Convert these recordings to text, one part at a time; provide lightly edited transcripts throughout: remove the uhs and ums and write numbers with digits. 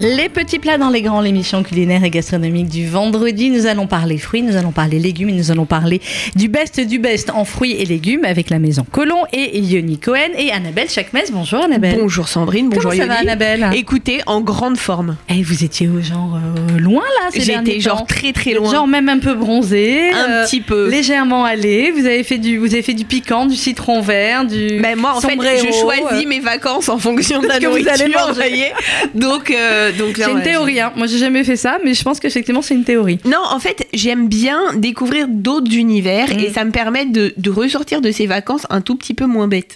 Les petits plats dans les grands, l'émission culinaire et gastronomique du vendredi. Nous allons parler fruits, nous allons parler légumes et nous allons parler du best en fruits et légumes avec la Maison Colomb et Yoni Cohen et Annabelle Chakmes. Bonjour Annabelle. Bonjour Sandrine, bonjour Yoni. Comment ça va Annabelle ? Écoutez, en grande forme. Et vous étiez genre loin là ces derniers temps. J'étais genre très loin. Genre même un peu bronzé. Un petit peu. Légèrement allé. Vous avez fait du piquant, du citron vert, du moi en sombrero, fait je choisis mes vacances en fonction de la nourriture. Vous allez manger. Donc c'est une théorie, hein. Moi j'ai jamais fait ça, mais je pense qu'effectivement c'est une théorie. Non, en fait j'aime bien découvrir d'autres univers et ça me permet de ressortir de ces vacances un tout petit peu moins bête.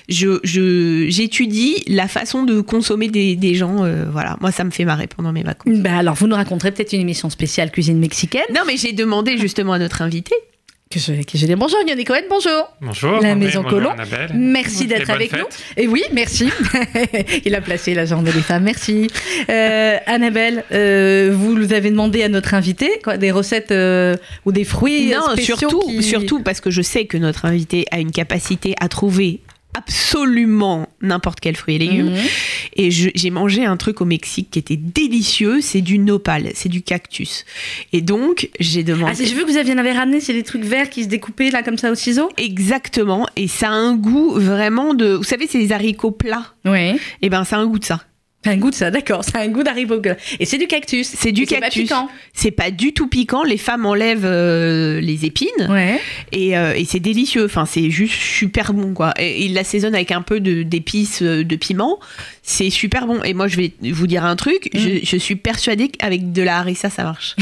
J'étudie la façon de consommer des gens, voilà. Moi ça me fait marrer pendant mes vacances. Alors vous nous raconterez peut-être une émission spéciale cuisine mexicaine. Non mais j'ai demandé justement à notre invité. Que je dis bonjour Yoni Cohen, bonjour. Bonjour. La Maison Colomb. Annabelle. Merci d'être avec nous. Et oui, merci. Il a placé la journée des femmes, merci. Annabelle, vous nous avez demandé à notre invité des recettes ou des fruits spéciaux. Surtout parce que je sais que notre invité a une capacité à trouver absolument n'importe quel fruit et légumes. Et j'ai mangé un truc au Mexique qui était délicieux, c'est du nopal, c'est du cactus. Et donc, j'ai demandé... j'ai vu que vous en avez ramené, c'est des trucs verts qui se découpaient là comme ça au ciseau. Exactement, et ça a un goût vraiment de... Vous savez, c'est des haricots plats. Oui. Et ça a un goût de ça. C'est un goût de ça, d'accord. C'est un goût d'haricot. Et c'est du cactus. C'est du cactus. C'est pas piquant. C'est pas du tout piquant. Les femmes enlèvent les épines. Ouais. Et c'est délicieux. Enfin, c'est juste super bon, quoi. Et ils l'assaisonnent avec un peu d'épices, de piment. C'est super bon. Et moi, je vais vous dire un truc. Je suis persuadée qu'avec de la harissa, ça marche.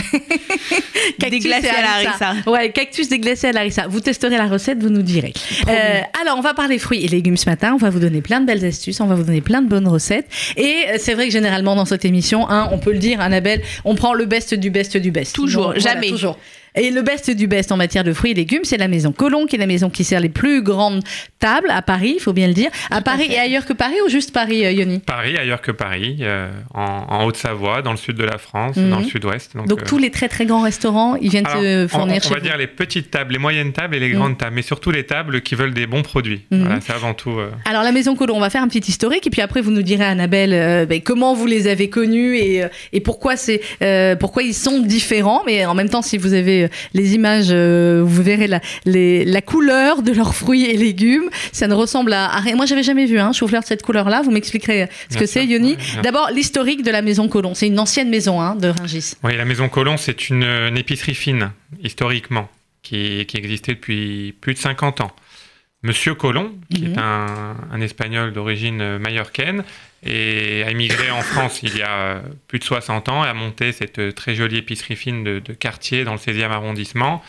Déglacé à la harissa. Ouais, cactus déglacé à la harissa. Vous testerez la recette, vous nous direz. Alors, on va parler fruits et légumes ce matin. On va vous donner plein de belles astuces. On va vous donner plein de bonnes recettes. Et c'est vrai que généralement, dans cette émission, on peut le dire, Annabelle, on prend le best du best du best. Toujours, jamais. Toujours. Et le best du best en matière de fruits et légumes, c'est la Maison Colomb, qui est la maison qui sert les plus grandes tables à Paris, il faut bien le dire. À Paris et ailleurs que Paris, ou juste Paris, Yoni ? Paris, ailleurs que Paris, en Haute-Savoie, dans le sud de la France, dans le sud-ouest. Donc tous les très très grands restaurants, ils viennent se fournir chez vous. On va dire les petites tables, les moyennes tables et les grandes tables, mais surtout les tables qui veulent des bons produits. Voilà, c'est avant tout... Alors la Maison Colomb, on va faire un petit historique, et puis après vous nous direz, Annabelle, comment vous les avez connus et pourquoi ils sont différents. Mais en même temps, si vous avez les images, vous verrez la couleur de leurs fruits et légumes. Ça ne ressemble à rien. Moi, j'avais jamais vu un chou-fleur de cette couleur-là. Vous m'expliquerez ce que c'est, Yoni. D'abord, l'historique de la Maison Colomb. C'est une ancienne maison de Rungis. Oui, la Maison Colomb, c'est une épicerie fine, historiquement, qui existait depuis plus de 50 ans. Monsieur Colomb, qui est un Espagnol d'origine majorcaine, et a émigré en France il y a plus de 60 ans et a monté cette très jolie épicerie fine de quartier dans le 16e arrondissement.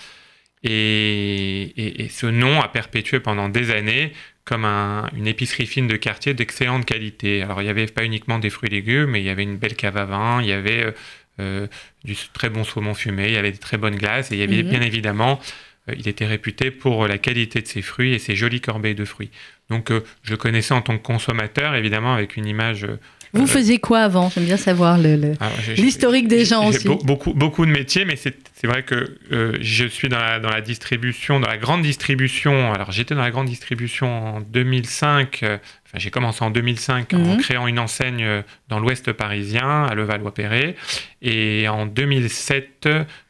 Et ce nom a perpétué pendant des années comme une épicerie fine de quartier d'excellente qualité. Alors il n'y avait pas uniquement des fruits et légumes, mais il y avait une belle cave à vin, il y avait du très bon saumon fumé, il y avait des très bonnes glaces et il y avait bien évidemment... il était réputé pour la qualité de ses fruits et ses jolies corbeilles de fruits. Donc, je connaissais en tant que consommateur, évidemment, avec une image... Vous faisiez quoi avant ? J'aime bien savoir l'historique des gens aussi. J'ai beaucoup de métiers, mais c'est vrai que je suis dans la distribution, dans la grande distribution. Alors, j'étais dans la grande distribution en 2005. J'ai commencé en 2005 en créant une enseigne dans l'ouest parisien, à Levallois-Perret. Et en 2007,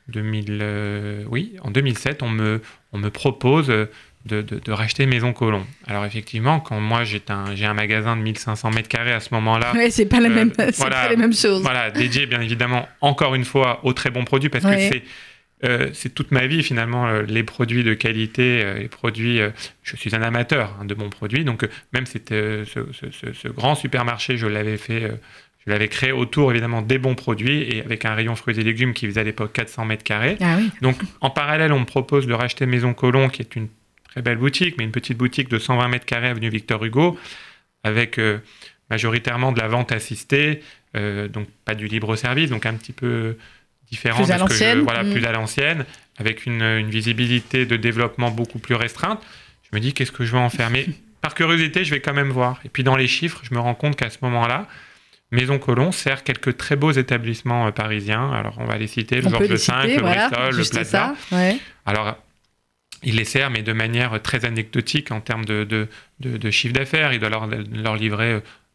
on me propose de racheter Maison Colomb. Alors effectivement, quand moi j'ai un magasin de 1500 mètres carrés à ce moment-là... Oui, c'est pas la même, pas les mêmes choses. Voilà, dédié bien évidemment, encore une fois, aux très bons produits, parce que c'est toute ma vie finalement, les produits de qualité, les produits... je suis un amateur de bons produits, donc même ce grand supermarché, je l'avais créé autour, évidemment, des bons produits et avec un rayon fruits et légumes qui faisait à l'époque 400 mètres carrés. Ah oui. Donc, en parallèle, on me propose de racheter Maison Colomb, qui est une très belle boutique, mais une petite boutique de 120 mètres carrés avenue Victor Hugo, avec majoritairement de la vente assistée, donc pas du libre-service, donc un petit peu différent plus à l'ancienne. Plus à l'ancienne, avec une visibilité de développement beaucoup plus restreinte. Je me dis, qu'est-ce que je vais en faire ? Mais par curiosité, je vais quand même voir. Et puis, dans les chiffres, je me rends compte qu'à ce moment-là, Maison Colomb sert quelques très beaux établissements parisiens. Alors, on va les citer, le Georges V, le Bristol, le Plaza. Ouais. Alors, il les sert, mais de manière très anecdotique en termes de chiffre d'affaires. Il doit leur livrer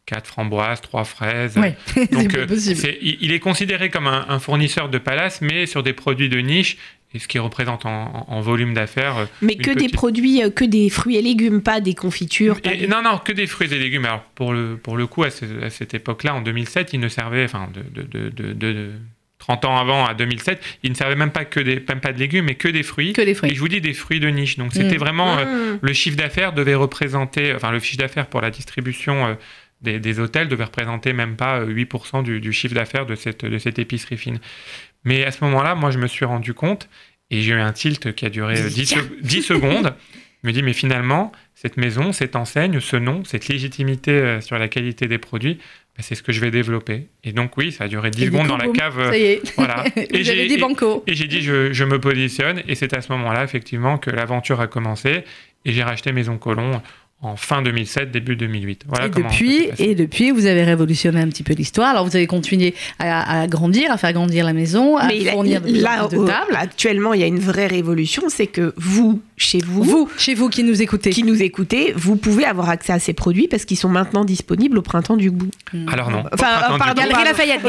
4 framboises, 3 fraises. Ouais, Donc, c'est possible. il est considéré comme un fournisseur de palace, mais sur des produits de niche, et ce qui représente en volume d'affaires. Mais que des produits, que des fruits et légumes, pas des confitures. Non, que des fruits et légumes. Alors, pour le coup, à cette époque-là, en 2007, il ne servait, de 30 ans avant, à 2007, il ne servait même pas de légumes, mais que des fruits. Que les fruits. Et je vous dis des fruits de niche. Donc, c'était vraiment... le chiffre d'affaires devait représenter... Enfin, le chiffre d'affaires pour la distribution des hôtels devait représenter même pas 8% du chiffre d'affaires de cette épicerie fine. Mais à ce moment-là, moi, je me suis rendu compte, et j'ai eu un tilt qui a duré 10 secondes. Je me dis, mais finalement, cette maison, cette enseigne, ce nom, cette légitimité sur la qualité des produits, c'est ce que je vais développer. Et donc, oui, ça a duré 10 secondes dans la cave. Ça y est. Voilà. Et j'avais dit banco. Et j'ai dit, je me positionne. Et c'est à ce moment-là, effectivement, que l'aventure a commencé. Et j'ai racheté Maison Colomb en fin 2007, début 2008. Voilà et depuis, vous avez révolutionné un petit peu l'histoire. Alors, vous avez continué à grandir, à faire grandir la maison, à fournir de plus en plus de tables. Actuellement, il y a une vraie révolution, c'est que chez vous qui nous écoutez, vous pouvez avoir accès à ces produits parce qu'ils sont maintenant disponibles au Printemps du Goût. Alors non. Galerie Lafayette.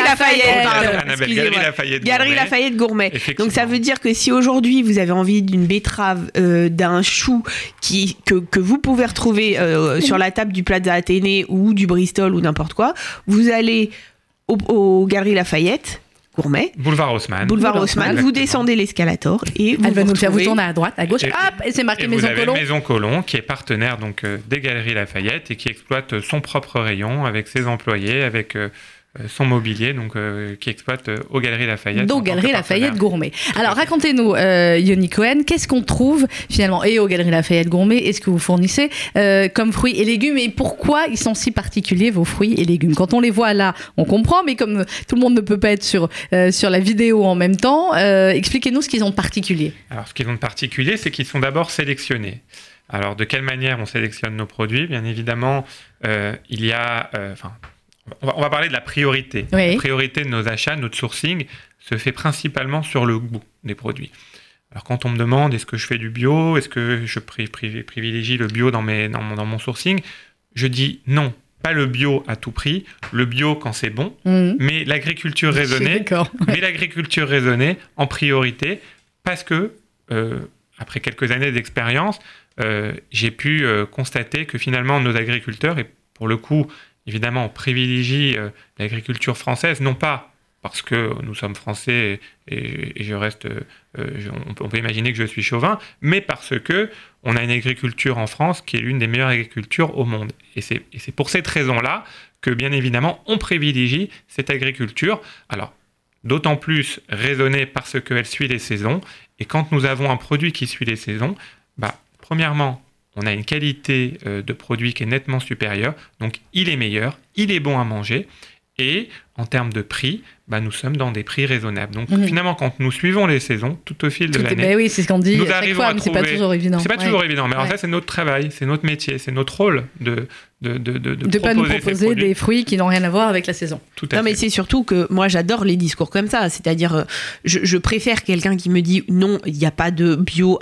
Galerie Lafayette Gourmet. Donc ça veut dire que si aujourd'hui vous avez envie d'une betterave, d'un chou que vous pouvez retrouver sur la table du Plaza Athénée ou du Bristol ou n'importe quoi, vous allez au Galerie Lafayette Gourmet, Boulevard Haussmann, vous descendez l'escalator et elle va nous le faire, vous tournez à droite, à gauche, et c'est marqué Maison Colomb. Vous avez Maison Colomb qui est partenaire donc des Galeries Lafayette et qui exploite son propre rayon avec ses employés, avec son mobilier, donc qui exploite aux Galeries Lafayette. Donc Galerie Lafayette Gourmet. Alors racontez-nous, Yoni Cohen, qu'est-ce qu'on trouve finalement et aux Galeries Lafayette Gourmet, et ce que vous fournissez comme fruits et légumes, et pourquoi ils sont si particuliers, vos fruits et légumes? Quand on les voit là, on comprend, mais comme tout le monde ne peut pas être sur la vidéo en même temps, expliquez-nous ce qu'ils ont de particulier. Alors ce qu'ils ont de particulier, c'est qu'ils sont d'abord sélectionnés. Alors de quelle manière on sélectionne nos produits? Bien évidemment, il y a... On va parler de la priorité. Oui. La priorité de nos achats, notre sourcing, se fait principalement sur le goût des produits. Alors quand on me demande est-ce que je fais du bio, est-ce que je privilégie le bio dans mon sourcing, je dis non, pas le bio à tout prix, le bio quand c'est bon, mais l'agriculture raisonnée, en priorité, parce que après quelques années d'expérience, j'ai pu constater que finalement nos agriculteurs, et pour le coup, évidemment, on privilégie l'agriculture française, non pas parce que nous sommes français et je reste, on peut imaginer que je suis chauvin, mais parce que on a une agriculture en France qui est l'une des meilleures agricultures au monde. Et c'est pour cette raison-là que, bien évidemment, on privilégie cette agriculture. Alors, d'autant plus raisonnée parce qu'elle suit les saisons. Et quand nous avons un produit qui suit les saisons, premièrement, on a une qualité de produit qui est nettement supérieure, donc il est meilleur, il est bon à manger, et en termes de prix, nous sommes dans des prix raisonnables. Donc finalement, quand nous suivons les saisons, tout au fil de l'année, oui, c'est ce qu'on dit nous à chaque fois, mais c'est pas toujours évident. C'est pas toujours évident, mais alors ça, c'est notre travail, c'est notre métier, c'est notre rôle de pas nous proposer des fruits qui n'ont rien à voir avec la saison. Tout à fait. Mais c'est surtout que moi j'adore les discours comme ça, c'est-à-dire je préfère quelqu'un qui me dit non, il n'y a pas de bio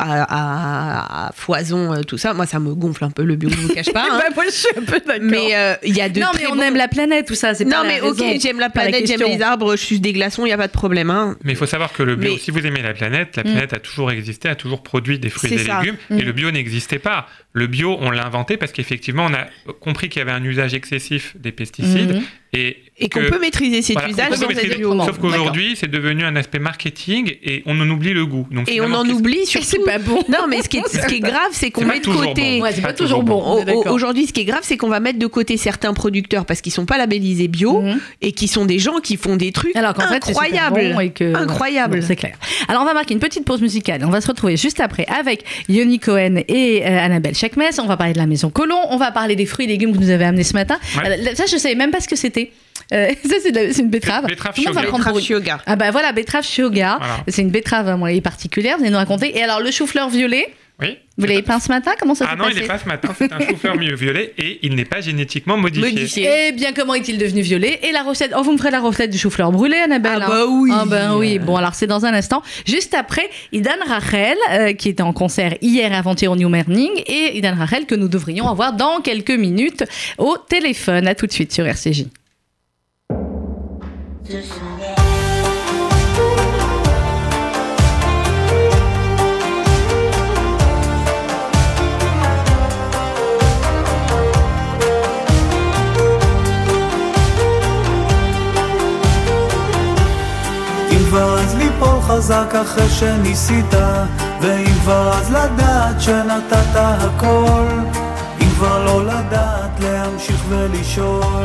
à foison, tout ça. Moi ça me gonfle un peu le bio, je ne vous cache pas. Moi je suis un peu d'accord. Mais il y a on aime la planète, tout ça. C'est non mais ok, j'aime la planète, j'aime les arbres, je suis des glaçons, il n'y a pas de problème. Mais il faut savoir que le bio, si vous aimez la planète a toujours existé, a toujours produit des fruits et des légumes, et le bio n'existait pas. Le bio, on l'a inventé parce qu'effectivement, on a compris qu'il y avait un usage excessif des pesticides et qu'on peut maîtriser cet usage sans être bio. Sauf qu'aujourd'hui, c'est devenu un aspect marketing et on en oublie le goût. Donc, et on en oublie surtout. C'est pas bon. Non, mais ce qui est grave, c'est qu'on met de côté. Bon. Ouais, c'est pas toujours bon. Aujourd'hui, ce qui est grave, c'est qu'on va mettre de côté certains producteurs parce qu'ils sont pas labellisés bio et qui sont des gens qui font des trucs incroyables. Incroyables. C'est clair. Alors, on va marquer une petite pause musicale. On va se retrouver juste après avec Yoni Cohen et Annabelle Chakmes. On va parler de la Maison Colomb. On va parler des fruits et légumes que vous nous avez amenés ce matin. Ouais. Ça, je savais même pas ce que c'était. Ça, c'est une betterave. Betterave Chioggia. Ah voilà, betterave Chioggia. Voilà. C'est une betterave particulière, vous allez nous raconter. Et alors, le chou-fleur violet. Oui. Vous l'avez peint ce matin? Comment ça s'est passé? Ah non, il n'est pas ce matin. C'est un chou-fleur violet et il n'est pas génétiquement modifié. Eh bien, comment est-il devenu violet? Et la recette? Oh, vous me ferez la recette du chou-fleur brûlé, Annabelle? Ah bah oui. Ah ben oui. Bon, alors c'est dans un instant. Juste après, Idan Rachel, qui était en concert hier et avant-hier au New Morning, et Idan Rachel que nous devrions avoir dans quelques minutes au téléphone. À tout de suite sur RCJ. כבר אז ליפול חזק אחרי שניסית, ואם כבר אז לדעת שנתת הכל, אם כבר לא לדעת להמשיך ולשאול,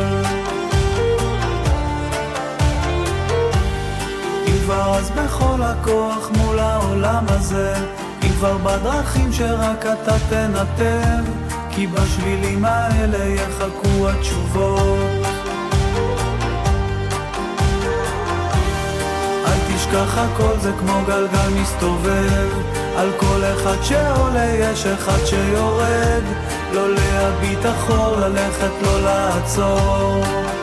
אם כבר אז בכל הכוח מול העולם הזה, אם כבר בדרכים שרק אתה תנתב, כי בשבילים האלה יחכו התשובות. תשכח הכל זה כמו גלגל מסתובב, על כל אחד שעולה יש אחד שיורד, לא להביט אחור, ללכת לא לעצור.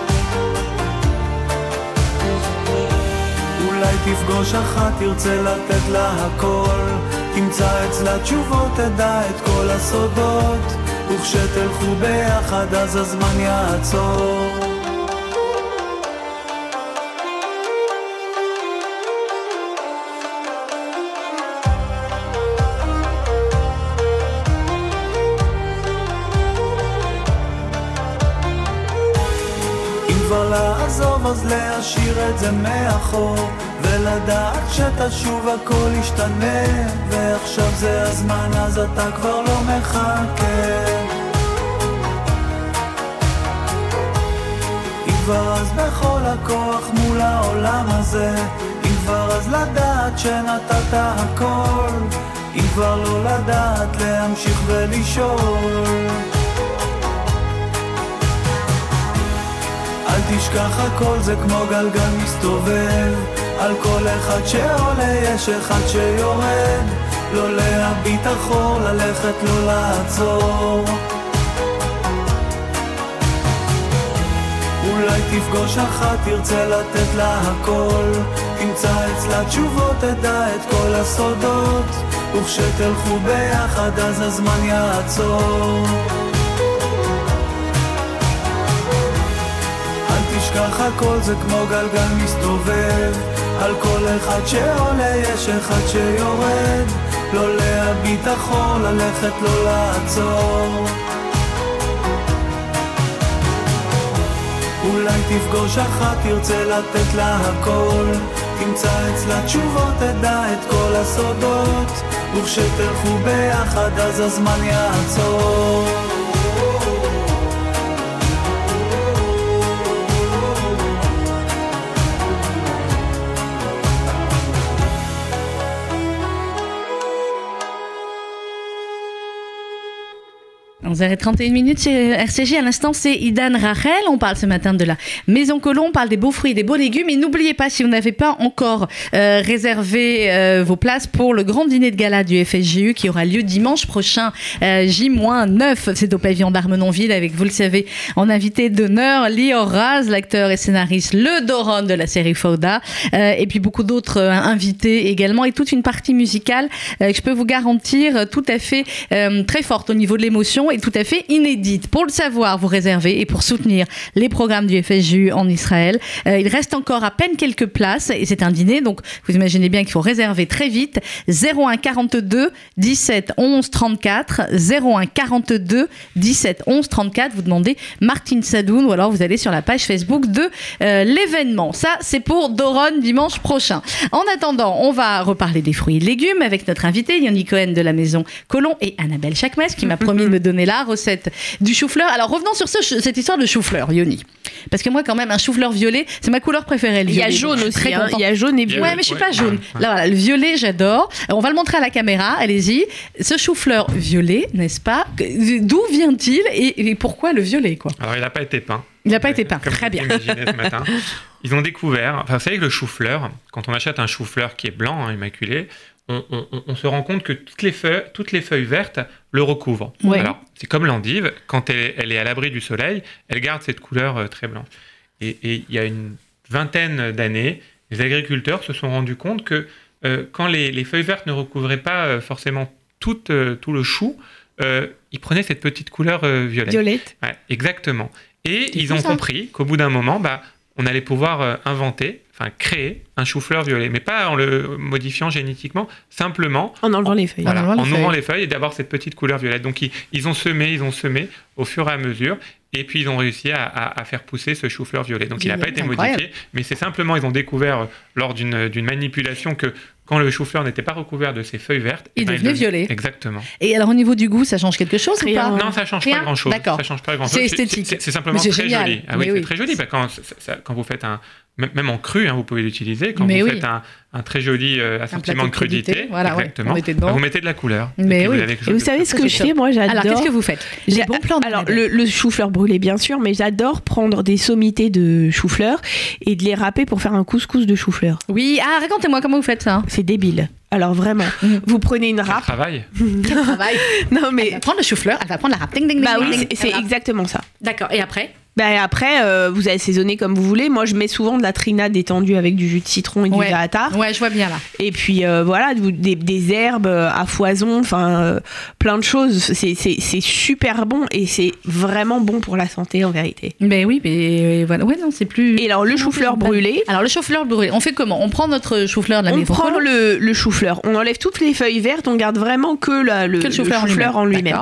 אולי תפגוש אחת, תרצה לתת לה הכל, תמצא אצלה תשובות, תדע את כל הסודות, וכשתלכו ביחד אז הזמן יעצור. לעזוב אז להשאיר את זה מאחור, ולדעת שתשוב הכל ישתנה, ועכשיו זה הזמן אז אתה כבר לא מחכה. אם כבר אז בכל הכוח מול העולם הזה, אם כבר אז לדעת שנתת הכל, אם כבר לא לדעת להמשיך ולשאול. אל תשכח הכל זה כמו גלגל מסתובב, על כל אחד שעולה יש אחד שיורד, לא להביט אחור, ללכת לא לעצור. אולי תפגוש אחת, תרצה לתת לה הכל, תמצא אצלה תשובות, תדע את כל הסודות, וכשתלכו ביחד אז הזמן יעצור. תשכח הכל זה כמו גלגל מסתובב, על כל אחד שעולה יש אחד שיורד, לא להביט אחור, ללכת לא לעצור. אולי תפגוש אחת, תרצה לתת לה הכל, תמצא אצלה תשובות, תדע את כל הסודות, וכשתלכו ביחד אז הזמן יעצור. Vous avez 31 minutes chez RCJ. À l'instant, c'est Idan Rachel. On parle ce matin de la Maison Colomb. On parle des beaux fruits et des beaux légumes. Et n'oubliez pas, si vous n'avez pas encore réservé vos places pour le grand dîner de gala du FSJU qui aura lieu dimanche prochain, J-9. C'est au pavillon d'Armenonville avec, vous le savez, en invité d'honneur, Lior Raz, l'acteur et scénariste, le Doron de la série Fauda. Et puis beaucoup d'autres invités également. Et toute une partie musicale que je peux vous garantir tout à fait très forte au niveau de l'émotion et tout à fait inédite. Pour le savoir, vous réservez et pour soutenir les programmes du FSJU en Israël. Il reste encore à peine quelques places et c'est un dîner, donc vous imaginez bien qu'il faut réserver très vite. 01 42 17 11 34, 01 42 17 11 34. Vous demandez Martine Sadoun ou alors vous allez sur la page Facebook de l'événement. Ça, c'est pour Doron dimanche prochain. En attendant, on va reparler des fruits et légumes avec notre invité Yoni Cohen de la Maison Colomb et Annabelle Chakmes qui m'a promis de me donner la recette du chou-fleur. Alors revenons sur cette histoire de chou-fleur, Yoni. Parce que moi, quand même, un chou-fleur violet, c'est ma couleur préférée. Le violet. Il y a jaune aussi. Il y a jaune et violet. Ouais, mais je suis pas jaune. Là, voilà, le violet, j'adore. On va le montrer à la caméra. Allez-y. Ce chou-fleur violet, n'est-ce pas? D'où vient-il et pourquoi le violet, quoi? Alors, il n'a pas été peint. Il n'a pas été peint. Très bien. Imaginez ce matin. Ils ont découvert. Enfin, vous savez que le chou-fleur, quand on achète un chou-fleur qui est blanc, immaculé, on se rend compte que toutes les feuilles vertes le recouvrent. Ouais. Alors, c'est comme l'endive, quand elle est à l'abri du soleil, elle garde cette couleur très blanche. Et il y a une vingtaine d'années, les agriculteurs se sont rendus compte que quand les feuilles vertes ne recouvraient pas forcément tout le chou, ils prenaient cette petite couleur violette. Ouais, exactement. Et ils ont compris qu'au bout d'un moment, on allait pouvoir créer un chou-fleur violet, mais pas en le modifiant génétiquement, simplement en enlevant les feuilles. Voilà, en ouvrant les feuilles et d'avoir cette petite couleur violette. Donc ils ont semé au fur et à mesure, et puis ils ont réussi à faire pousser ce chou-fleur violet. Donc il n'a pas été modifié, mais c'est simplement, ils ont découvert lors d'une manipulation que quand le chou-fleur n'était pas recouvert de ses feuilles vertes, il devenait violet. Exactement. Et alors au niveau du goût, ça change quelque chose ou pas ? Non, ça change pas grand-chose. D'accord. Ça change pas grand-chose. C'est esthétique. C'est simplement très génial. joli. Ah oui, c'est très joli. Quand vous faites même en cru, vous pouvez l'utiliser. Quand vous faites un très joli assortiment de crudité, exactement, vous mettez de la couleur. Mais oui. Et vous savez ce que je fais, moi, j'adore. Alors qu'est-ce que vous faites ? J'ai bon plan. Alors le chou-fleur brûlé, bien sûr, mais j'adore prendre des sommités de chou-fleur et de les râper pour faire un couscous de chou-fleur. Oui, racontez-moi comment vous faites ça. C'est débile. Alors vraiment, vous prenez une râpe. Quel travail. Non mais. Elle va prendre le chou-fleur, elle va prendre la râpe. Ding, ding, ding, oui, c'est exactement ça. D'accord. Et après ? Après, vous assaisonnez comme vous voulez. Moi, je mets souvent de la trinade étendue avec du jus de citron et du za'atar. Ouais, je vois bien là. Et puis voilà, des herbes à foison, plein de choses. C'est super bon et c'est vraiment bon pour la santé en vérité. Mais oui, mais voilà. Ouais, non, c'est plus. Et alors le chou-fleur brûlé. Alors le chou-fleur brûlé, on fait comment ? On prend notre chou-fleur de la maison. On prend le chou-fleur, on enlève toutes les feuilles vertes, on garde vraiment que le chou-fleur en lui-même.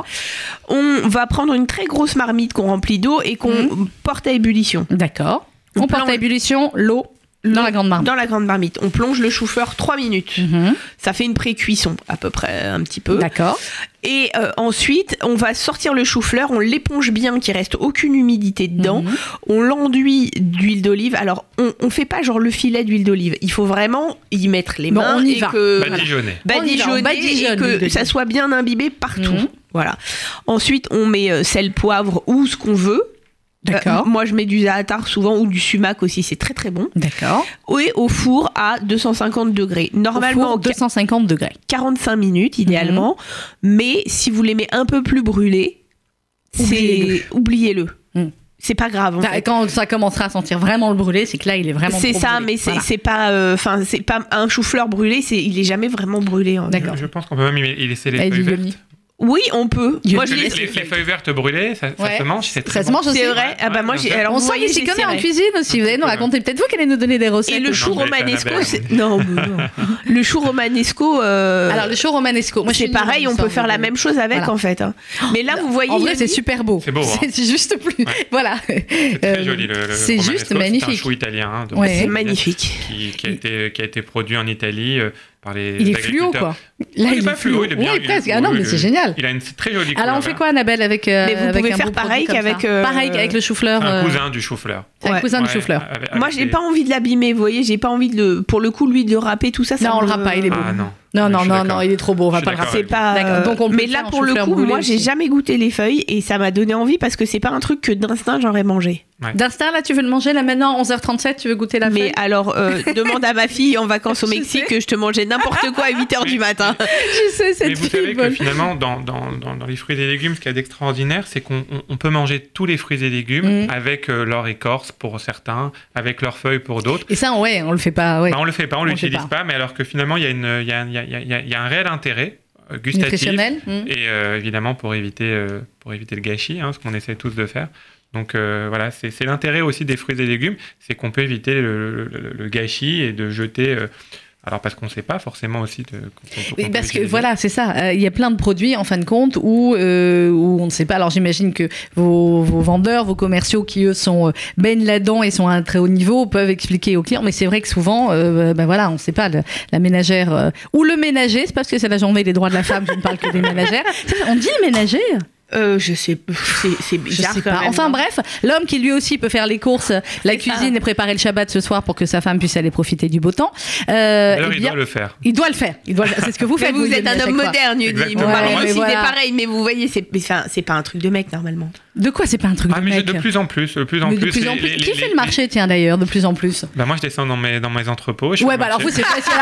On va prendre une très grosse marmite qu'on remplit d'eau et qu'on porte à ébullition. D'accord. On porte à ébullition l'eau dans la grande marmite. Dans la grande marmite. On plonge le chou-fleur 3 minutes. Ça fait une pré-cuisson, à peu près, un petit peu. D'accord. Et ensuite, on va sortir le chou-fleur, on l'éponge bien, qu'il reste aucune humidité dedans. On l'enduit d'huile d'olive. Alors, on fait pas genre le filet d'huile d'olive. Il faut vraiment y mettre les mains. On y va. Badigeonner. Et que ça soit bien imbibé partout. Voilà. Ensuite, on met sel, poivre ou ce qu'on veut. D'accord. Moi, je mets du za'atar souvent ou du sumac aussi, c'est très très bon. D'accord. Et au four à 250 degrés. Normalement, 250 degrés. 45 minutes idéalement. Mais si vous l'aimez un peu plus brûlé, oubliez-le. C'est pas grave. Quand ça commencera à sentir vraiment le brûlé, c'est que là, il est vraiment. C'est ça, brûlé. Mais c'est pas. C'est pas un chou-fleur brûlé. Il est jamais vraiment brûlé. D'accord. Je pense qu'on peut même y laisser les feuilles vertes. Oui, on peut. Moi, les feuilles vertes brûlées, ça se mange, c'est très bon. Ça se mange aussi. C'est vrai. On sent qu'il s'y connaît en cuisine aussi. Vous allez nous raconter, peut-être vous qui allez nous donner des recettes. Et le chou romanesco, non. Le chou romanesco. Alors le chou romanesco, moi c'est pareil, on peut faire la même chose avec en fait. Mais là, vous voyez. En vrai, c'est super beau. C'est beau. C'est juste plus. Voilà. C'est très joli. C'est juste magnifique. C'est un chou italien. C'est magnifique. Qui a été produit en Italie. Il est fluo, quoi. Là, il est pas fluo, il est bien. Oui, presque. Ah non, mais c'est génial. Il a une très jolie couleur. Alors, on fait quoi, Annabelle, avec mais vous pouvez faire pareil qu'avec. Pareil qu'avec le chou-fleur. Un cousin du chou-fleur. Un cousin du chou-fleur. Moi, j'ai pas envie de l'abîmer, vous voyez. J'ai pas envie pour le coup, lui, de râper tout ça. Non, on le râpe pas, il est beau. Ah non. Non, il est trop beau, on va pas le râper. C'est pas. Donc mais là, pour le coup, moi, j'ai jamais goûté les feuilles et ça m'a donné envie parce que c'est pas un truc que d'instinct j'aurais mangé. D'instinct, là, tu veux le manger, là, maintenant, 11h37, tu veux goûter la feuille ? Mais alors, demande à ma fille en vacances au Mexique que je te mangeais n'importe quoi à 8h du matin. Je sais, c'est. Mais vous savez que finalement, dans les fruits et légumes, ce qu'il y a d'extraordinaire, c'est qu'on peut manger tous les fruits et légumes avec leur écorce pour certains, avec leurs feuilles pour d'autres. Et ça, on le fait pas. On le fait pas, on l'utilise pas, mais alors que finalement, il y a un réel intérêt gustatif et évidemment pour éviter le gâchis, ce qu'on essaie tous de faire. Donc voilà, c'est l'intérêt aussi des fruits et légumes, c'est qu'on peut éviter le gâchis et de jeter. Alors parce qu'on ne sait pas forcément aussi. Parce que voilà, c'est ça. Il y a plein de produits en fin de compte où on ne sait pas. Alors j'imagine que vos vendeurs, vos commerciaux qui eux baignent là-dedans et sont à un très haut niveau peuvent expliquer aux clients. Mais c'est vrai que souvent, voilà, on ne sait pas. La ménagère ou le ménager, c'est parce que c'est la journée des droits de la femme. Je ne parle que des ménagères. On dit le ménager. Je sais, c'est bizarre quand même. Enfin bref, l'homme qui lui aussi peut faire les courses, la cuisine et préparer le Shabbat ce soir pour que sa femme puisse aller profiter du beau temps. Alors il doit le faire. Il doit le faire. C'est ce que vous faites. Vous êtes un homme moderne, Yudi. Moi aussi c'est pareil, mais vous voyez, c'est pas un truc de mec normalement. De quoi c'est pas un truc de mais mec? de plus en plus. Mais de plus en plus. Qui fait le marché, tiens, d'ailleurs, de plus en plus? Moi, je descends dans mes entrepôts. Ouais, alors vous, c'est facile.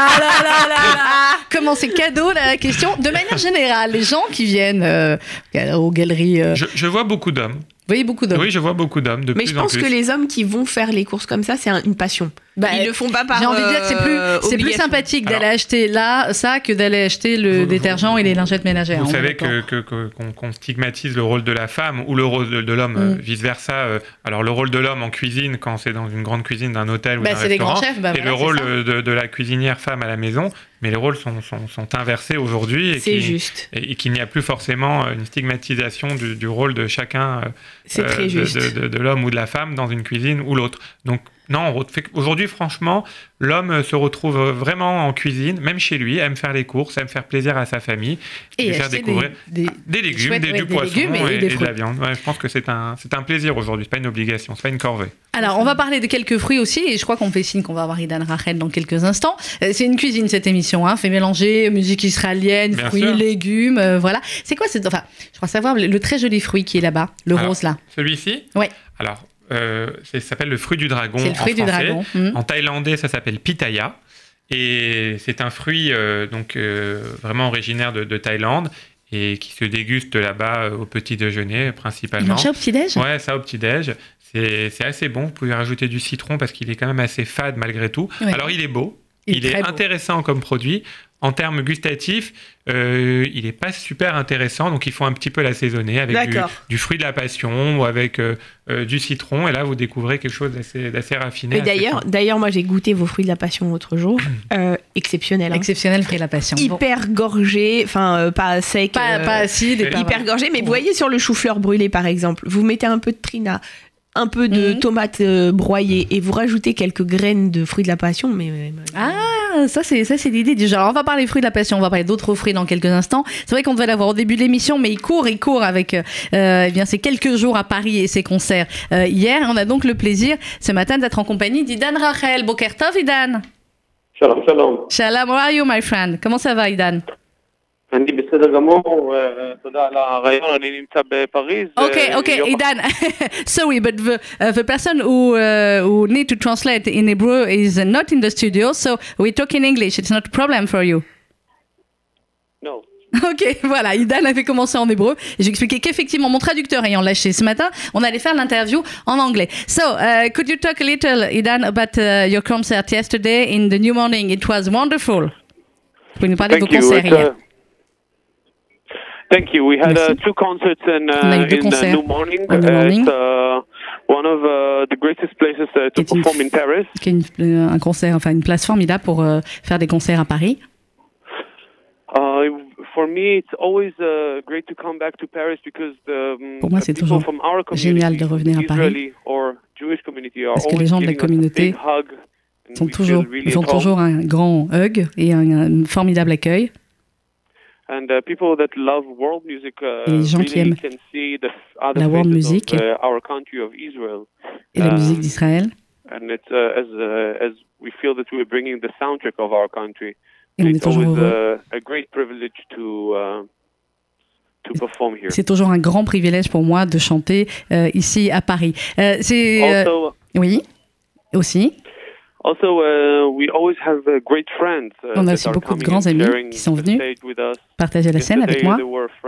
Comment c'est cadeau, là, la question? De manière générale, les gens qui viennent aux galeries... Je vois beaucoup d'hommes. Vous voyez beaucoup d'hommes? Oui, je vois beaucoup d'hommes, de plus en plus. Mais je pense que les hommes qui vont faire les courses comme ça, c'est une passion. Ils le font pas par j'ai envie de dire que c'est plus sympathique d'aller acheter ça que d'aller acheter le détergent et les lingettes ménagères. Vous savez qu'on stigmatise le rôle de la femme ou le rôle de l'homme, vice-versa. Alors le rôle de l'homme en cuisine, quand c'est dans une grande cuisine d'un hôtel ou d'un restaurant, les grands chefs, et le rôle de la cuisinière femme à la maison, mais les rôles sont inversés aujourd'hui. Juste. Et qu'il n'y a plus forcément une stigmatisation du rôle de chacun, c'est très juste. De l'homme ou de la femme dans une cuisine ou l'autre. Donc, non, aujourd'hui, franchement, l'homme se retrouve vraiment en cuisine, même chez lui, aime faire les courses, aime faire plaisir à sa famille, et faire découvrir des légumes, du poisson et de la viande. Ouais, je pense que c'est un plaisir aujourd'hui, c'est pas une obligation, c'est pas une corvée. Alors, on va parler de quelques fruits aussi, et je crois qu'on fait signe qu'on va avoir Idan Rachel dans quelques instants. C'est une cuisine, cette émission, fait mélanger musique israélienne, bien fruits, sûr. Légumes, voilà. C'est quoi je crois savoir le très joli fruit qui est là-bas, rose là. Celui-ci ? Oui. Alors, ça s'appelle le fruit du dragon en français. Du dragon. En thaïlandais, ça s'appelle pitaya. Et c'est un fruit vraiment originaire de Thaïlande et qui se déguste là-bas au petit déjeuner principalement. Ils mangent ça au petit-déj ? Ouais, ça au petit-déj. C'est assez bon. Vous pouvez rajouter du citron parce qu'il est quand même assez fade malgré tout. Ouais. Alors, il est beau. Il est intéressant comme produit. En termes gustatifs, il n'est pas super intéressant, donc il faut un petit peu l'assaisonner avec du fruit de la passion ou avec du citron, et là vous découvrez quelque chose d'assez raffiné. Et d'ailleurs, moi j'ai goûté vos fruits de la passion l'autre jour, exceptionnel. Exceptionnel fruit de la passion. Hyper gorgé, pas sec, pas acide, hyper gorgé. Mais vous voyez sur le chou-fleur brûlé par exemple, vous mettez un peu de trina, un peu de tomates broyées et vous rajoutez quelques graines de fruits de la passion. Ça c'est l'idée du genre. On va parler fruits de la passion, on va parler d'autres fruits dans quelques instants. C'est vrai qu'on devait l'avoir au début de l'émission, mais il court avec ces quelques jours à Paris et ses concerts hier. On a donc le plaisir ce matin d'être en compagnie d'Idan Rachel. Boker Tov, Idan. Shalom, shalom. Shalom, how are you, my friend? Comment ça va, Idan? אני בסדר גמור, תודה על הרעיון, אני נמצא בפריז. Okay, Idan. Sorry, but the person who need to translate in Hebrew is not in the studio, so we talk in English. It's not a problem for you. No. Ok, voilà, Idan avait commencé en hébreu et j'ai expliqué qu'effectivement mon traducteur ayant lâché ce matin, on allait faire l'interview en anglais. So, could you talk a little, Idan, about your concert yesterday in the New Morning? It was wonderful. Vous pouvez nous parler de vos concerts hier? Thank you. We had two concerts in the New Morning. It's one of the greatest places to perform in Paris. Un concert, une place formidable pour faire des concerts à Paris. For me, it's always great to come back to Paris because pour moi, c'est toujours génial de revenir à Paris. Parce que les gens de la communauté font toujours un grand hug et un formidable accueil. And people that love world music les gens qui aiment can see the la world music our country of Israel et la musique d'Israël. And it's as we feel that we're bringing the soundtrack of our country. Et it's always a great privilege to perform here. C'est toujours un grand privilège pour moi de chanter ici à Paris. Oui, aussi. Also, we always have great friends. On a aussi beaucoup de grands amis qui sont venus partager la scène avec moi.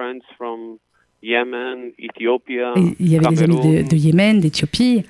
Yemen, Ethiopia, et il y avait des amis de Yémen, d'Éthiopie,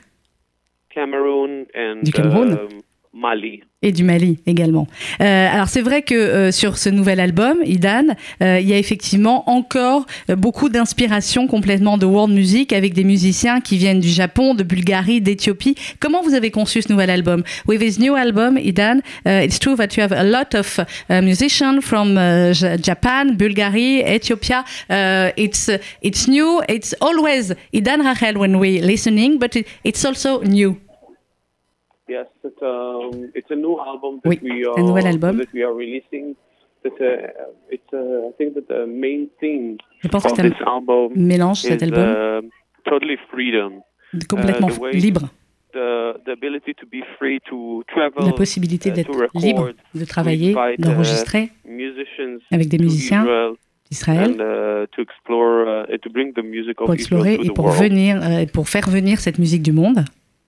du Cameroun. Mali. Et du Mali également. Alors c'est vrai que sur ce nouvel album, Idan, il y a effectivement encore beaucoup d'inspiration complètement de world music avec des musiciens qui viennent du Japon, de Bulgarie, d'Éthiopie. Comment vous avez conçu ce nouvel album? With this new album, Idan, it's true that you have a lot of musicians from Japan, Bulgaria, Ethiopia. It's new. It's always Idan Rachel when we're listening, but it's also new. Yes, it's a new album that un nouvel album. That we are releasing. I think that the main theme of this album is totally freedom. Complètement libre. The ability to be free to travel. La possibilité d'être libre, de travailler, d'enregistrer avec des musiciens Israël, pour explorer et pour venir, pour faire venir cette musique du monde.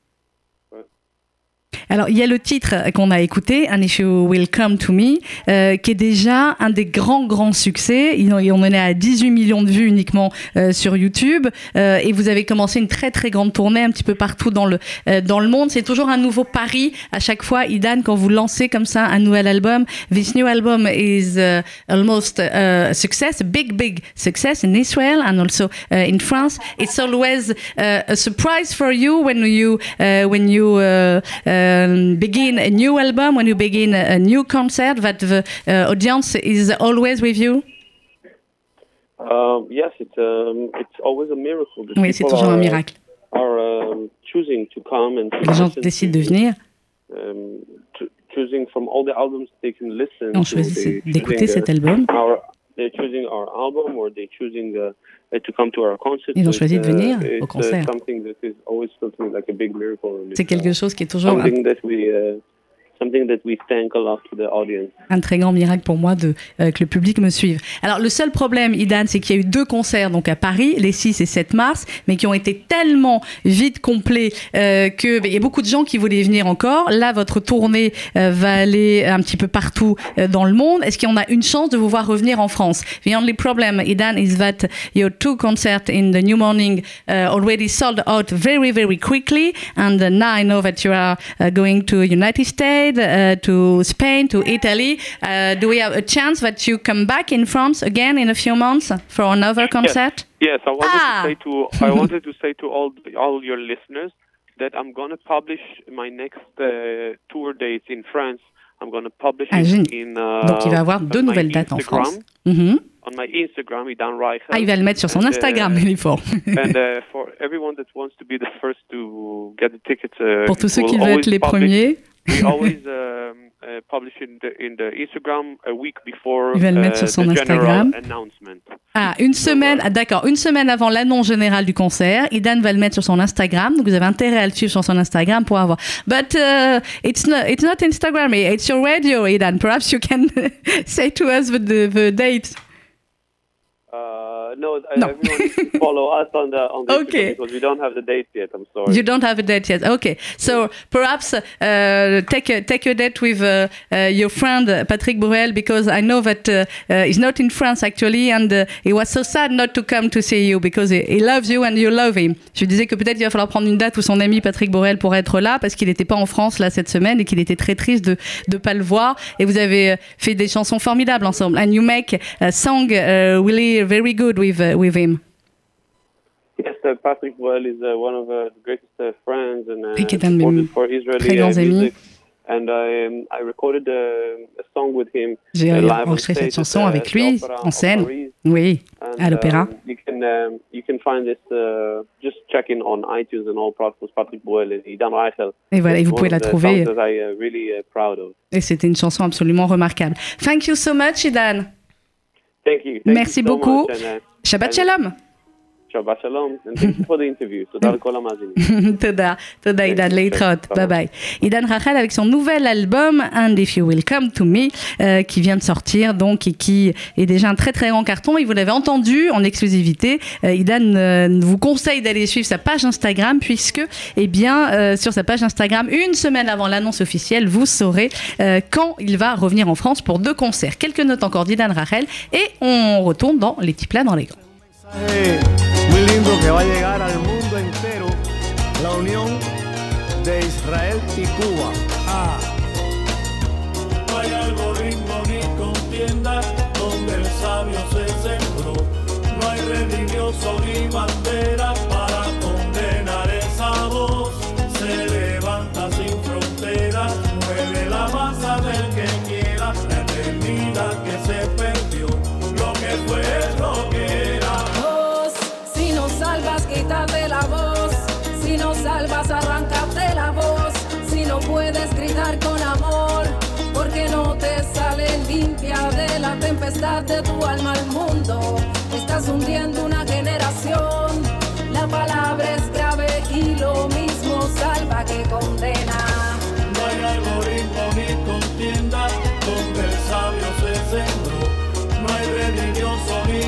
Alors, il y a le titre qu'on a écouté, And If You Will Come To Me, qui est déjà un des grands succès. On en est à 18 millions de vues uniquement sur YouTube. Et vous avez commencé une très grande tournée un petit peu partout dans le monde. C'est toujours un nouveau pari à chaque fois, Idan, quand vous lancez comme ça un nouvel album. This new album is almost a success, a big success in Israel and also in France. It's always a surprise for you when you begin a new album, when you begin a new concert, that the audience is always with you? Yes, it's always a miracle. Oui, c'est toujours un miracle. Choosing to come and les gens décident de venir. Choosing from all the albums they can listen. On choisit d'écouter cet album. They're choosing our album or they're choosing to come to our concert. Ils ont choisi de venir au concert. C'est quelque chose qui est toujours something that we thank a lot to the audience. Un très grand miracle pour moi que le public me suive. Alors le seul problème, Idan, c'est qu'il y a eu 2 concerts donc à Paris, les 6 et 7 mars, mais qui ont été tellement vite complets qu'il y a beaucoup de gens qui voulaient venir encore. Là, votre tournée va aller un petit peu partout dans le monde. Est-ce qu'on a une chance de vous voir revenir en France? The only problem, Idan, is that your 2 concerts in the New Morning already sold out very quickly, and now I know that you are going to United States, to Spain, to Italy. Do we have a chance that you come back in France again in a few months for another concert? Yes. I wanted to say to all your listeners that I'm going to publish my next tour dates in France. I'm going to publish it in donc il va avoir 2 nouvelles dates en France. On my Instagram, Idan Reichel. Il va le mettre sur son Instagram, il est fort. And for everyone that wants to be the first to get the tickets, pour tous ceux qui veulent être les premiers. We always publish in the Instagram a week before il va le mettre sur son Instagram. Announcement. Une semaine, d'accord, une semaine avant l'annonce générale du concert, Idan va le mettre sur son Instagram, donc vous avez intérêt à le suivre sur son Instagram pour avoir. But it's not Instagram, it's your radio, Idan. Perhaps you can say to us the date. No. Everyone needs to follow us on the okay. Because we don't have the date yet. I'm sorry. You don't have a date yet. Okay. So perhaps take a date with your friend Patrick Bruel, because I know that he's not in France actually, and he was so sad not to come to see you because he loves you and you love him. Je disais que peut-être il va falloir prendre une date où son ami Patrick Bruel pourrait être là parce qu'il n'était pas en France là cette semaine et qu'il était très triste de pas le voir. Et vous avez fait des chansons formidables ensemble. And you make a song really very good with him. Yes, Patrick Bruel is one of the greatest friends and for Israeli très grands amis. music. And I recorded a song with him. J'ai enregistré cette chanson avec lui en scène. Oui, à l'opéra. You can find this just checking on iTunes and all platforms. Patrick Bruel et Idan Reichel. Et voilà, et vous pouvez la trouver. That I really proud of. Et c'était une chanson absolument remarquable. Thank you so much, Idan. Thank you. Merci beaucoup. Shabbat Shalom. Shabbat Shalom, and thank you for the interview. תודה לכל המאזינים. תודה עידן, להתראות, ביי ביי. עידן רחל avec son nouvel album And If You Will Come To Me qui vient de sortir donc et qui est déjà un très grand carton. Et vous l'avez entendu en exclusivité, Idan vous conseille d'aller suivre sa page Instagram puisque sur sa page Instagram, une semaine avant l'annonce officielle, vous saurez quand il va revenir en France pour 2 concerts. Quelques notes encore d'Idan Rachel et on retourne dans les petits plats dans les grands. Muy lindo que va a llegar al mundo entero, la unión de Israel y Cuba. No hay algoritmo ni contienda donde el sabio se sembró. No hay religioso ni bandera para condenar esa voz. Se levanta sin fronteras, mueve la masa del que quiera, la eternidad que se perdió, lo que fue lo que era. Salvas, quítate la voz. Si no salvas, arráncate la voz. Si no puedes gritar con amor, porque no te sale limpia de la tempestad de tu alma al mundo. Estás hundiendo una generación. La palabra es grave y lo mismo salva que condena. No hay algoritmo ni contienda donde el sabio se sembró. No hay religioso ni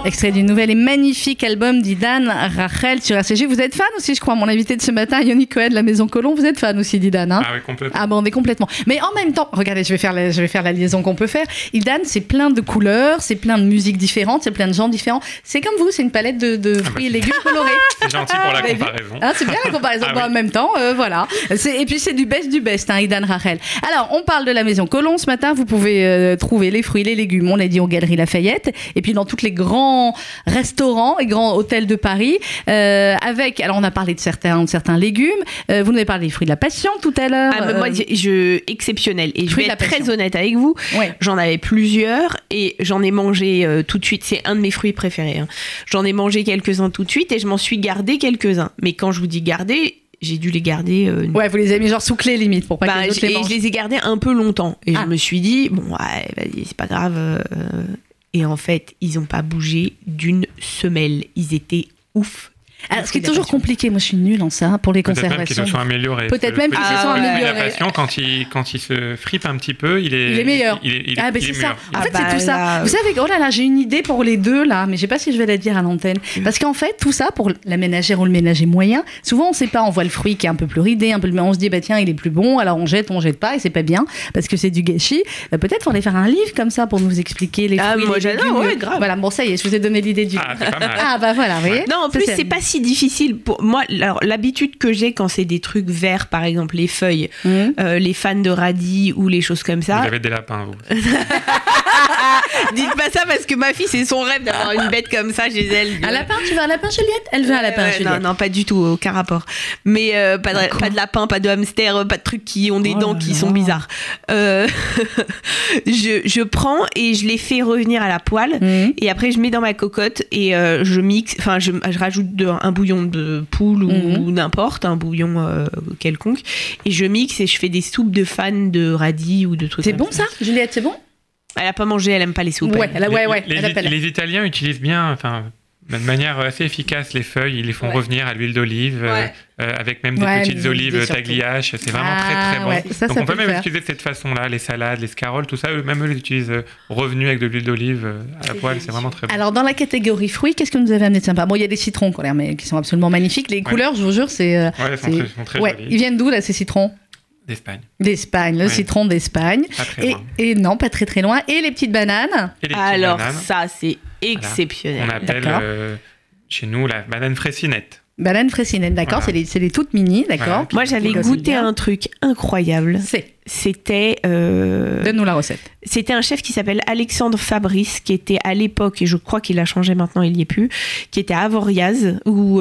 Extrait du nouvel et magnifique album d'Idan Rachel sur RCG. Vous êtes fan aussi, je crois, mon invité de ce matin, Yoni Cohen de la Maison Colomb. Vous êtes fan aussi d'Idan, hein? Ah oui, complètement. Ah bon, on est complètement. Mais en même temps, regardez, je vais faire la liaison qu'on peut faire. Idan, c'est plein de couleurs, c'est plein de musiques différentes, c'est plein de gens différents. C'est comme vous, c'est une palette de fruits et légumes colorés. C'est gentil pour la comparaison. Hein, c'est bien la comparaison. Ah Bon, oui. en même temps, voilà. Et puis c'est du best, hein, Idan Rachel. Alors, on parle de la Maison Colomb ce matin. Vous pouvez trouver les fruits, les légumes. On l'a dit aux Galeries Lafayette. Et puis dans tous les grands restaurants et grands hôtels de Paris. Alors, on a parlé de certains légumes. Vous nous avez parlé des fruits de la passion tout à l'heure. Ah, mais moi, exceptionnel. Et je fruits vais de être la très passion. honnête avec vous. Ouais. J'en avais plusieurs et j'en ai mangé tout de suite. C'est un de mes fruits préférés. Hein. J'en ai mangé quelques-uns tout de suite et je m'en suis gardé quelques-uns. Mais quand je vous dis garder, j'ai dû les garder. Ouais, vous les avez mis genre sous clé limite pour pas que les autres les et mangent. je les ai gardés un peu longtemps. Et Ah. je me suis dit, bon, ouais, vas-y, c'est pas grave. Et en fait, ils ont pas bougé d'une semelle. Ils étaient ouf. Alors, ce qui est toujours compliqué, moi je suis nulle en ça, pour les Peut-être même conservations. qu'ils se sont améliorés. Peut-être même qu'ils se sont améliorés. La passion, quand il se fripe un petit peu, il est meilleur. Il Ah, ben est c'est ça. meilleur. En fait, Ah, c'est bah, tout ça. là, Vous savez, oh là là, j'ai une idée pour les deux là, mais je sais pas si je vais la dire à l'antenne. Parce qu'en fait, tout ça, pour la ménagère ou le ménager moyen, souvent on sait pas, on voit le fruit qui est un peu plus ridé, on se dit, bah tiens, il est plus bon, alors on jette pas, et c'est pas bien, parce que c'est du gâchis. Peut-être faudrait faire un livre comme ça pour nous expliquer les fruits. moi les j'adore, légumes. ouais, grave. Voilà, bon, ça y est, je vous ai donné l'idée du. Ah, c'est pas mal. Ah, bah voilà, vous voyez. Non, en Ça, plus, c'est pas si difficile pour moi. Alors, l'habitude que j'ai quand c'est des trucs verts, par exemple, les feuilles, les fans de radis ou les choses comme ça. Vous avez des lapins, vous. Dites pas ça parce que ma fille, c'est son rêve d'avoir une bête comme ça chez elle. Un lapin, tu veux un lapin, Juliette? Elle veut un lapin, Ouais, Juliette. non, pas du tout, aucun rapport. Mais pas de lapin, pas de hamster, pas de trucs qui ont des dents qui sont bizarres. Je prends et je les fais revenir à la poêle et après je mets dans ma cocotte et je mixe, enfin je rajoute un bouillon de poule ou n'importe, un bouillon quelconque et je mixe et je fais des soupes de fans de radis ou de trucs. C'est comme bon ça, Juliette, c'est bon? Elle a pas mangé, elle aime pas les soupes. Ouais, elle. elle appelle. Les Italiens utilisent bien, enfin, de manière assez efficace, les feuilles. Ils les font revenir à l'huile d'olive, avec même des petites olives tagliaches. C'est vraiment très très bon. Ouais, ça, donc ça on peut même faire. utiliser de cette façon-là, les salades, les scaroles, tout ça. Même eux les utilisent revenus avec de l'huile d'olive à la poêle. C'est vraiment très bon. Alors, dans la catégorie fruits, qu'est-ce que vous nous avez amené de sympa? Bon, il y a des citrons quand même, mais qui sont absolument magnifiques. Les couleurs, je vous jure, c'est. Ouais, ils sont très jolis. Ils viennent d'où là, ces citrons? D'Espagne. D'Espagne, le citron d'Espagne. Pas très loin. Et non, pas très très loin. Et les petites bananes. Et les petites Alors bananes. ça, c'est exceptionnel. On appelle chez nous la banane fraisinette. Banane fraisinette, d'accord, Voilà. c'est les toutes mini, d'accord. Voilà. Moi, j'avais Qui goûté bien. un truc incroyable. C'était Donne-nous la recette. C'était un chef qui s'appelle Alexandre Fabrice, qui était à l'époque, et je crois qu'il a changé maintenant, il n'y est plus, qui était à Avoriaz, ou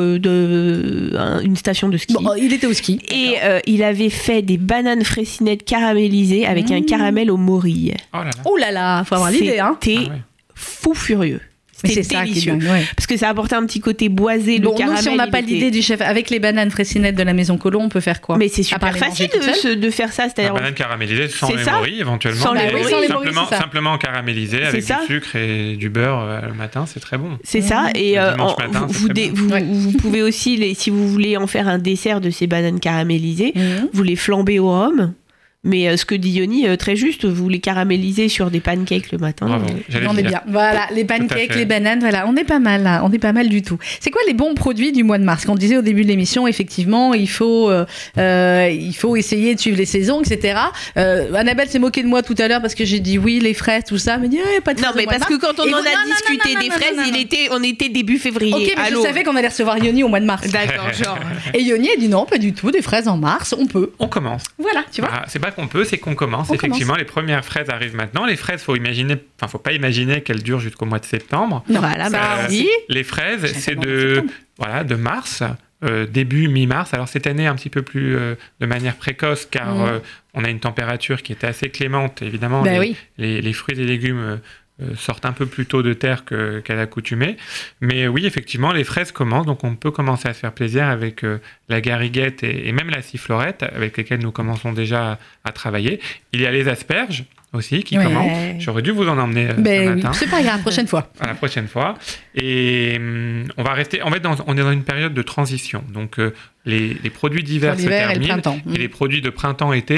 une station de ski. Bon, il était au ski. Et il avait fait des bananes fraissinettes caramélisées avec un caramel aux morilles. Oh là là. Oh là là, faut avoir l'idée, hein. C'était Ah ouais. fou furieux. Mais C'était c'est ça qui est délicieux. dingue, ouais. Parce que ça apportait un petit côté boisé, Bon, le caramel. nous, si on n'a il pas était- l'idée du chef, avec les bananes fraissinettes de la Maison Colomb, on peut faire quoi? Mais c'est À part super les facile manger toutes seules de faire ça. La C'est-à-dire, banane caramélisée sans C'est les ça. morilles éventuellement. Sans les mais morilles. Sans les morilles, c'est ça. simplement caramélisée avec ça. du sucre et du beurre le matin, c'est très bon. c'est ça. Et Le dimanche matin, c'est vous, très bon. vous pouvez aussi, si vous voulez en faire un dessert de ces bananes caramélisées, vous les flambez au rhum. Mais ce que dit Yoni, très juste, vous les caramélisez sur des pancakes le matin. Bravo. J'allais On le est dire. bien. Voilà, les Tout à pancakes, fait. les bananes, voilà, on est pas mal là, on est pas mal du tout. C'est quoi les bons produits du mois de mars? Qu'on disait au début de l'émission, effectivement, il faut essayer de suivre les saisons, etc. Annabelle s'est moquée de moi tout à l'heure parce que j'ai dit oui, les fraises, tout ça, elle me dit pas de Non, fraises mais au mois de parce que mars. quand on Et en vous- a non, non, discuté non, des non, fraises, non, non. on était début février. Ok, mais Allô. je savais qu'on allait recevoir Yoni au mois de mars. D'accord, genre. Et Yoni a dit non, pas du tout, des fraises en mars, on peut. On commence. Voilà, tu vois. Voilà, c'est pas qu'on peut, c'est qu'on commence. On Effectivement, les premières fraises arrivent maintenant. Les fraises, faut pas imaginer qu'elles durent jusqu'au mois de septembre. Voilà, ça, bah, oui. Les fraises, J'avais c'est demandé de septembre. de mars, début mi-mars. Alors cette année un petit peu plus de manière précoce, car on a une température qui était assez clémente. Évidemment, Ben oui. les fruits et légumes sortent un peu plus tôt de terre qu'à l'accoutumée. Mais oui, effectivement, les fraises commencent, donc on peut commencer à se faire plaisir avec la gariguette et même la sifflorette, avec lesquelles nous commençons déjà à travailler. Il y a les asperges aussi qui Ouais. commencent. J'aurais dû vous en emmener ce Ben, matin. c'est pas grave, prochaine fois. À la prochaine fois. Et on va rester. En fait, on est dans une période de transition. Donc, les produits d'hiver Pour se l'hiver et le terminent. printemps. Et les produits de printemps-été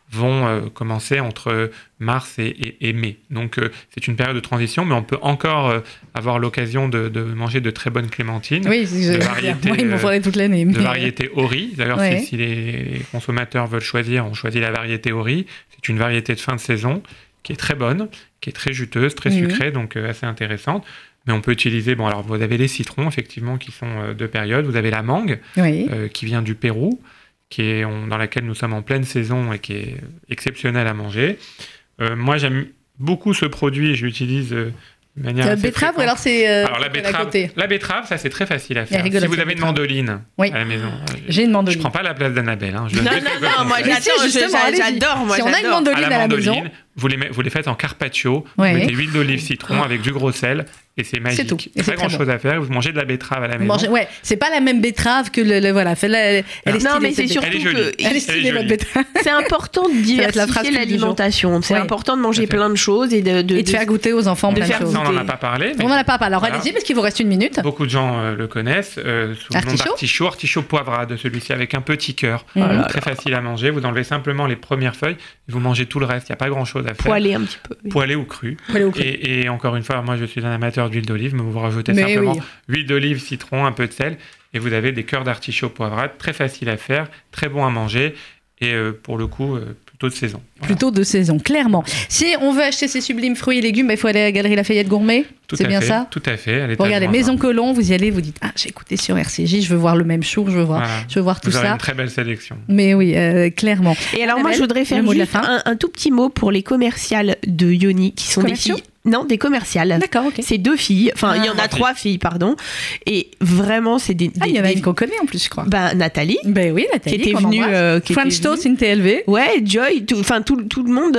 vont commencer entre mars et mai. Donc c'est une période de transition, mais on peut encore avoir l'occasion de manger de très bonnes clémentines. Oui, de variété, moi, il m'en faudrait toute l'année. De variété Ori. D'ailleurs, Ouais. si les consommateurs veulent choisir, on choisit la variété Ori. C'est une variété de fin de saison qui est très bonne, qui est très juteuse, très sucrée, donc assez intéressante. Mais on peut utiliser, bon alors vous avez les citrons effectivement qui sont de période, vous avez la mangue qui vient du Pérou, dans laquelle nous sommes en pleine saison et qui est exceptionnelle à manger. Moi j'aime beaucoup ce produit et je l'utilise de manière La assez betterave, fréquente. ou alors c'est Alors à côté. la betterave, ça c'est très facile à faire. rigolote, Si vous la avez une betterave. mandoline Oui. à la maison, J'ai une mandoline. je prends pas la place d'Annabelle. Hein, Non, moi Mais si, justement, allez-y. j'adore. Moi, Si on a une j'adore. mandoline à la maison, vous les faites en carpaccio, Ouais. vous mettez huile d'olive citron avec du gros sel et c'est magique. tout. Et c'est Pas très grand chose à faire, vous mangez de la betterave à la maison. Ouais, c'est pas la même betterave que voilà. Elle est Non, stylée, mais c'est cette surtout Elle est jolie. que Elle est stylée, votre jolie. betterave. c'est important de va être la phrase diversifier du jour. l'alimentation. C'est Ouais. important de manger Tout à fait. plein de choses et de Et de faire goûter aux enfants de plein de faire choses. Ça, on n'en a pas parlé. mais On n'en a pas parlé. Alors Voilà. allez-y, parce qu'il vous reste une minute. Beaucoup de gens le connaissent sous le nom Artichaut d'artichaut poivrade, celui-ci avec un petit cœur. Mhm. Très facile à manger. Vous enlevez simplement les premières feuilles et vous mangez tout le reste. Il n'y a pas grand-chose à faire. poêler un petit peu. Poêlé ou cru. Poêlé ou cru. Et encore une fois, moi je suis un amateur d'huile d'olive, mais vous rajoutez Mais simplement oui. huile d'olive, citron, un peu de sel, et vous avez des cœurs d'artichaut poivrade, très facile à faire, très bon à manger, et pour le coup, plutôt de saison. Voilà. Plutôt de saison, clairement. Si on veut acheter ces sublimes fruits et légumes, il faut aller à la Galerie Lafayette Gourmet. Tout C'est à bien fait, ça. Tout à fait. À Vous l'étage regardez moins Maison 20. Colomb, vous y allez, vous dites j'ai écouté sur RCJ, je veux voir le même jour, je veux voir tout Vous aurez ça. une très belle sélection. Mais oui, clairement. Et alors, moi, Annabelle, je voudrais le faire mot de la juste fin. un tout petit mot pour les commerciales de Yoni, qui sont des Commerciaux filles. Non, des commerciales. D'accord, ok. C'est 2 filles. Enfin, il y en a 3 3 filles, pardon. Et vraiment, c'est des. Il y en a des- une qu'on connaît en plus, je crois. Nathalie, Ben oui, qui Nathalie, était qu'on venue. embrasse. qui était French Toast, venue. une TLV. Ouais, Joy, tout le monde,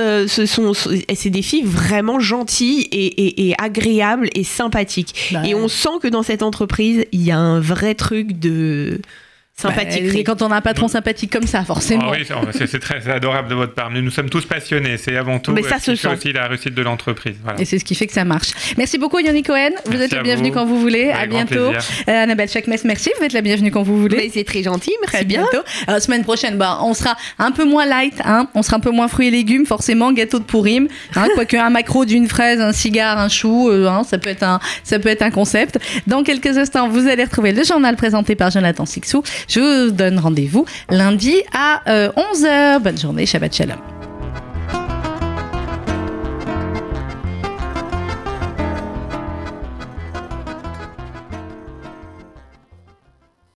c'est des filles vraiment gentilles et agréables et sympathiques. Bah, Et on sent que dans cette entreprise, il y a un vrai truc de sympathique. et quand on a un patron sympathique comme ça, forcément. Ah oui, c'est très adorable de votre part. Nous sommes tous passionnés. C'est avant tout Mais ça ce qui se fait sent. aussi la réussite de l'entreprise. Voilà. Et c'est ce qui fait que ça marche. Merci beaucoup, Yoni Cohen. Vous Merci êtes la à bienvenue vous. quand vous voulez. Avec À grand bientôt. plaisir. Annabelle Chakmes, merci. Vous êtes la bienvenue quand vous voulez. Mais c'est très gentil, merci Très bien. bientôt. Semaine prochaine, on sera un peu moins light, hein. On sera un peu moins fruits et légumes, forcément, gâteau de Pourim, hein. Quoique un maquereau d'une fraise, un cigare, un chou, hein, ça peut être un concept. Dans quelques instants, vous allez retrouver le journal présenté par Jonathan Sixou. Je vous donne rendez-vous lundi à 11h. Bonne journée, Shabbat Shalom.